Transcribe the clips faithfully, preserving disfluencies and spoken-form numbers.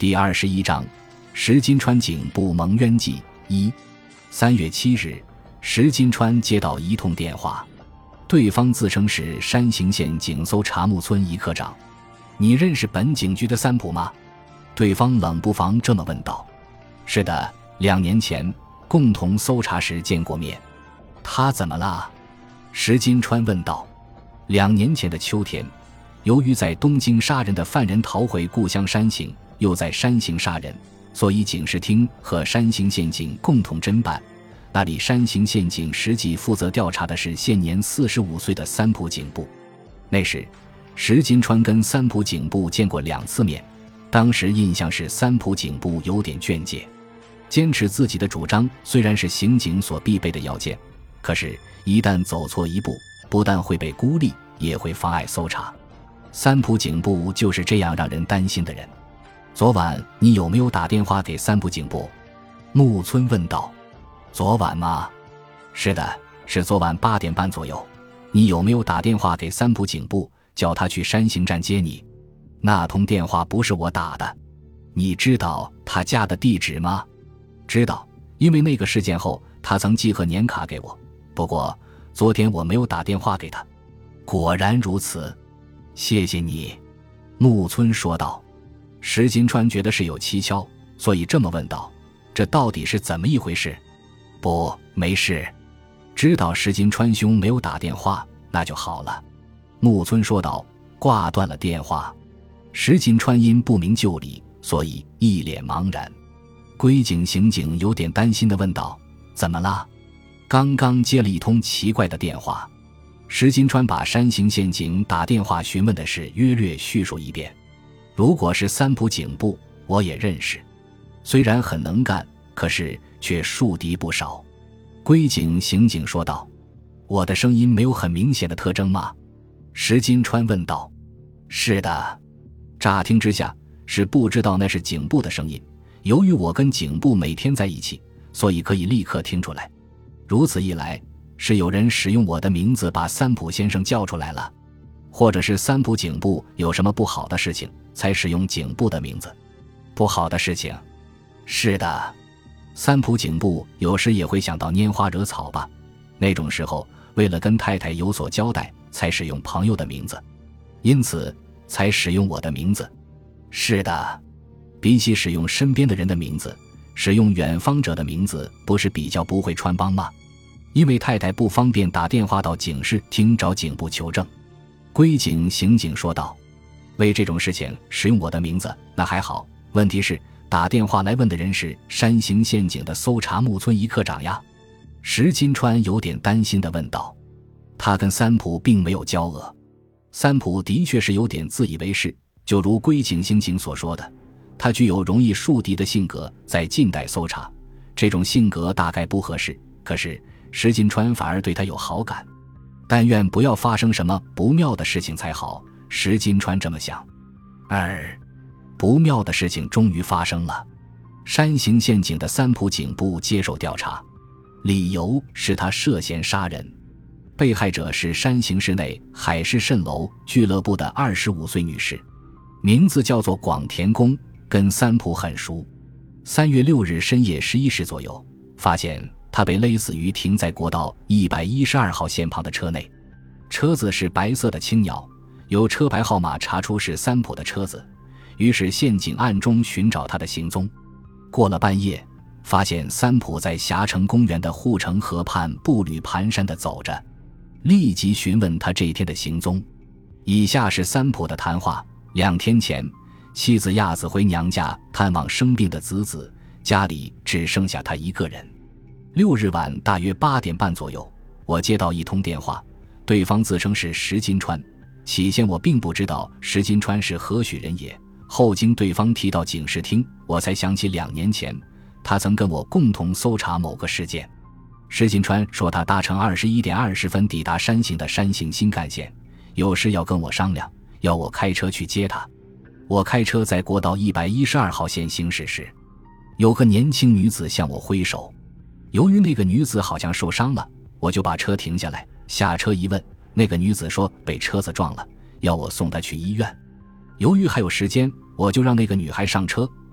第二十一章石金川警部蒙冤记一。三月七日，石金川接到一通电话，对方自称是山形县警搜查木村一科长。你认识本警局的三浦吗？对方冷不防这么问道。是的，两年前共同搜查时见过面。他怎么了？石金川问道。两年前的秋天，由于在东京杀人的犯人逃回故乡山形，又在山形杀人，所以警视厅和山形县警共同侦办。那里山形县警实际负责调查的是现年四十五岁的三浦警部。那时石金川跟三浦警部见过两次面，当时印象是三浦警部有点劝诫，坚持自己的主张虽然是刑警所必备的要件，可是一旦走错一步，不但会被孤立，也会妨碍搜查。三浦警部就是这样让人担心的人。昨晚你有没有打电话给三浦警部？木村问道。昨晚吗？是的，是昨晚八点半左右。你有没有打电话给三浦警部，叫他去山形站接你？那通电话不是我打的。你知道他家的地址吗？知道，因为那个事件后他曾寄贺年卡给我，不过昨天我没有打电话给他。果然如此，谢谢你，木村说道。石金川觉得事有蹊跷，所以这么问道，这到底是怎么一回事？不，没事。知道石金川兄没有打电话，那就好了，木村说道，挂断了电话。石金川因不明就里，所以一脸茫然。龟井刑警有点担心地问道，怎么了？刚刚接了一通奇怪的电话。石金川把山形县警打电话询问的事约略叙述一遍。如果是三浦警部，我也认识，虽然很能干，可是却树敌不少。龟井刑警说道。我的声音没有很明显的特征吗？石金川问道。是的，乍听之下是不知道那是警部的声音，由于我跟警部每天在一起，所以可以立刻听出来。如此一来，是有人使用我的名字把三浦先生叫出来了，或者是三浦警部有什么不好的事情才使用警部的名字。不好的事情？是的，三浦警部有时也会想到拈花惹草吧，那种时候为了跟太太有所交代才使用朋友的名字，因此才使用我的名字。是的，比起使用身边的人的名字，使用远方者的名字不是比较不会穿帮吗？因为太太不方便打电话到警视厅找警部求证。龟井刑警说道。为这种事情使用我的名字那还好，问题是打电话来问的人是山形县警的搜查木村一科长呀。石金川有点担心地问道。他跟三浦并没有交恶，三浦的确是有点自以为是，就如龟井刑警所说的，他具有容易树敌的性格，在近代搜查这种性格大概不合适，可是石金川反而对他有好感，但愿不要发生什么不妙的事情才好，石金川这么想。二不妙的事情终于发生了，山形县警的三浦警部接受调查，理由是他涉嫌杀人，被害者是山形市内海市蜃楼俱乐部的二十五岁女士，名字叫做广田宫，跟三浦很熟。三月六日深夜十一时左右，发现她被勒死于停在国道一百一十二号线旁的车内，车子是白色的青鸟，由车牌号码查出是三浦的车子，于是县警暗中寻找他的行踪。过了半夜，发现三浦在霞城公园的护城河畔步履蹒跚地走着，立即询问他这一天的行踪。以下是三浦的谈话。两天前，妻子亚子回娘家探望生病的子子，家里只剩下他一个人。六日晚大约八点半左右，我接到一通电话，对方自称是石金川。起先我并不知道石金川是何许人也，后经对方提到警视厅，我才想起两年前他曾跟我共同搜查某个事件。石金川说他搭乘二十一点二十分抵达山形的山形新干线，有事要跟我商量，要我开车去接他。我开车在国道一百一十二号线行驶时，有个年轻女子向我挥手，由于那个女子好像受伤了，我就把车停下来，下车一问，那个女子说被车子撞了，要我送她去医院。由于还有时间，我就让那个女孩上车，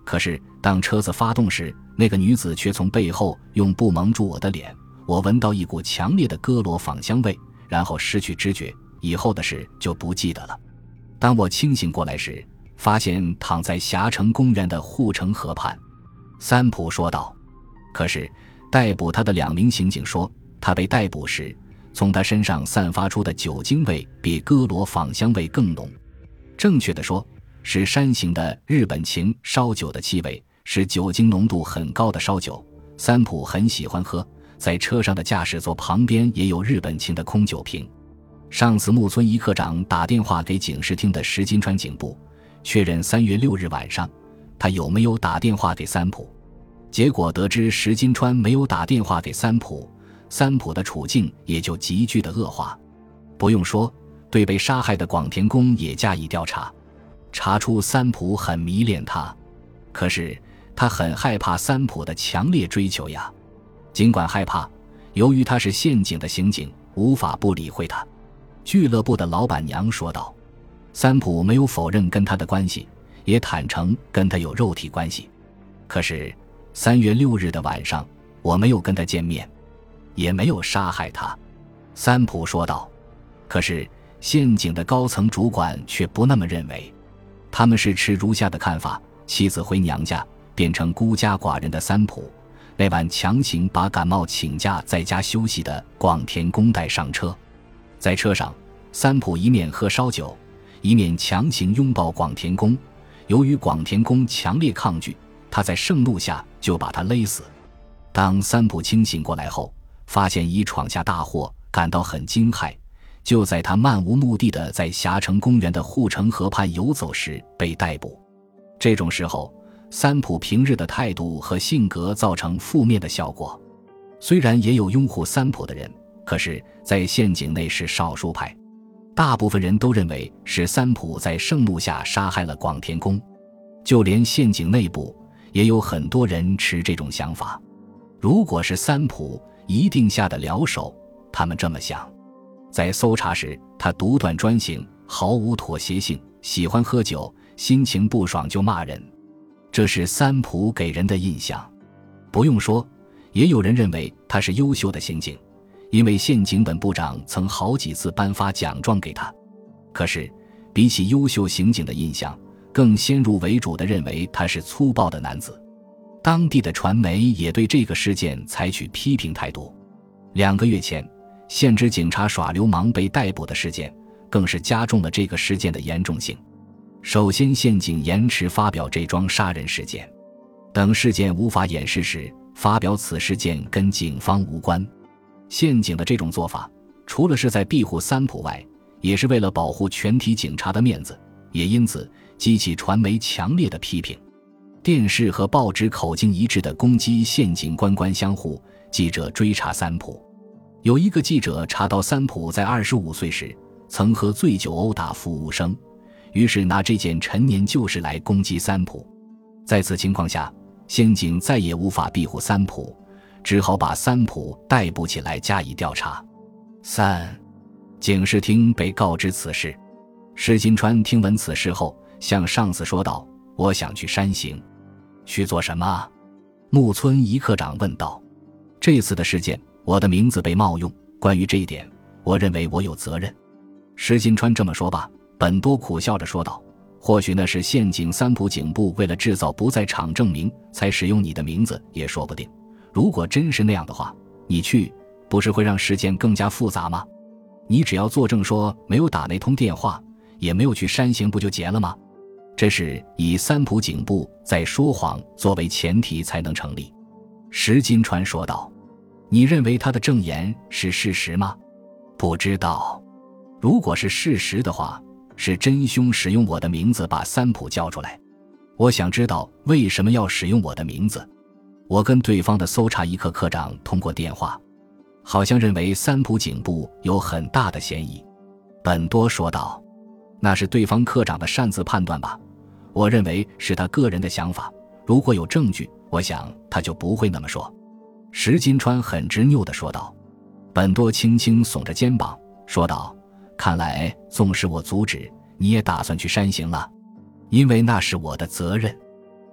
可是当车子发动时，那个女子却从背后用布蒙住我的脸，我闻到一股强烈的哥罗芳香味，然后失去知觉，以后的事就不记得了。当我清醒过来时，发现躺在霞城公园的护城河畔。三浦说道。可是逮捕他的两名刑警说，他被逮捕时从他身上散发出的酒精味比哥罗芳香味更浓，正确的说是山形的日本琴烧酒的气味，是酒精浓度很高的烧酒。三浦很喜欢喝，在车上的驾驶座旁边也有日本琴的空酒瓶。上次木村一课长打电话给警视厅的石金川警部，确认三月六日晚上他有没有打电话给三浦，结果得知石金川没有打电话给三浦，三浦的处境也就急剧的恶化。不用说，对被杀害的广田宫也加以调查，查出三浦很迷恋他，可是他很害怕三浦的强烈追求呀。尽管害怕，由于他是县警的刑警，无法不理会他。俱乐部的老板娘说道。三浦没有否认跟他的关系，也坦诚跟他有肉体关系。可是三月六日的晚上，我没有跟他见面，也没有杀害他。三浦说道。可是县警的高层主管却不那么认为，他们是持如下的看法：妻子回娘家，变成孤家寡人的三浦，那晚强行把感冒请假在家休息的广田宫带上车。在车上，三浦一面喝烧酒，一面强行拥抱广田宫。由于广田宫强烈抗拒，他在盛怒下就把他勒死。当三浦清醒过来后，发现已闯下大祸，感到很惊骇。就在他漫无目的地在霞城公园的护城河畔游走时被逮捕。这种时候，三浦平日的态度和性格造成负面的效果。虽然也有拥护三浦的人，可是在县警内是少数派，大部分人都认为是三浦在盛怒下杀害了广田宫。就连县警内部也有很多人持这种想法，如果是三浦，一定下得了手，他们这么想。在搜查时，他独断专行，毫无妥协性，喜欢喝酒，心情不爽就骂人，这是三浦给人的印象。不用说，也有人认为他是优秀的刑警，因为县警本部长曾好几次颁发奖状给他。可是比起优秀刑警的印象，更先入为主地认为他是粗暴的男子。当地的传媒也对这个事件采取批评态度。两个月前，县知警察耍流氓被逮捕的事件，更是加重了这个事件的严重性。首先，县警延迟发表这桩杀人事件，等事件无法掩饰时，发表此事件跟警方无关。县警的这种做法，除了是在庇护三浦外，也是为了保护全体警察的面子，也因此激起传媒强烈的批评。电视和报纸口径一致地攻击县警官官相护，记者追查三浦。有一个记者查到三浦在二十五岁时曾喝醉酒殴打服务生，于是拿这件陈年旧事来攻击三浦。在此情况下，县警再也无法庇护三浦，只好把三浦逮捕起来加以调查。三，警视厅被告知此事。石金川听闻此事后，向上司说道：“我想去山形。”去做什么？木村一课长问道。这次的事件，我的名字被冒用，关于这一点，我认为我有责任。石金川这么说吧，本多苦笑着说道：“或许那是县警三浦警部为了制造不在场证明，才使用你的名字，也说不定。如果真是那样的话，你去，不是会让事件更加复杂吗？你只要作证说没有打那通电话，也没有去山形，不就结了吗？这是以三浦警部在说谎作为前提才能成立。”石金川说道。你认为他的证言是事实吗？不知道。如果是事实的话，是真凶使用我的名字把三浦叫出来。我想知道为什么要使用我的名字。我跟对方的搜查一课科长通过电话，好像认为三浦警部有很大的嫌疑。本多说道。那是对方科长的擅自判断吧，我认为是他个人的想法，如果有证据，我想他就不会那么说。石金川很执拗地说道。本多轻轻耸着肩膀说道：“看来纵使我阻止，你也打算去山形了，因为那是我的责任。”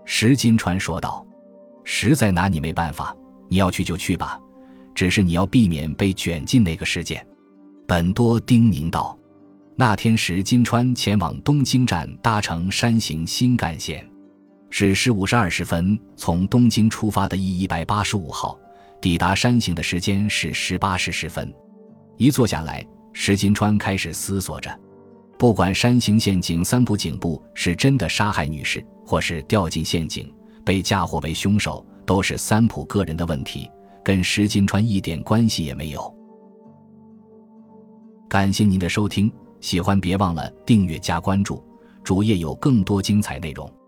石金川说道。实在拿你没办法，你要去就去吧，只是你要避免被卷进那个事件。本多叮咛道。那天石金川前往东京站搭乘山形新干线，是十五时二十分从东京出发的 E 一百八十五号，抵达山形的时间是十八时十分。一坐下来，石金川开始思索着，不管山形县警三部警部是真的杀害女士，或是掉进陷阱被嫁祸为凶手，都是三浦个人的问题，跟石金川一点关系也没有。感谢您的收听，喜欢别忘了订阅加关注，主页有更多精彩内容。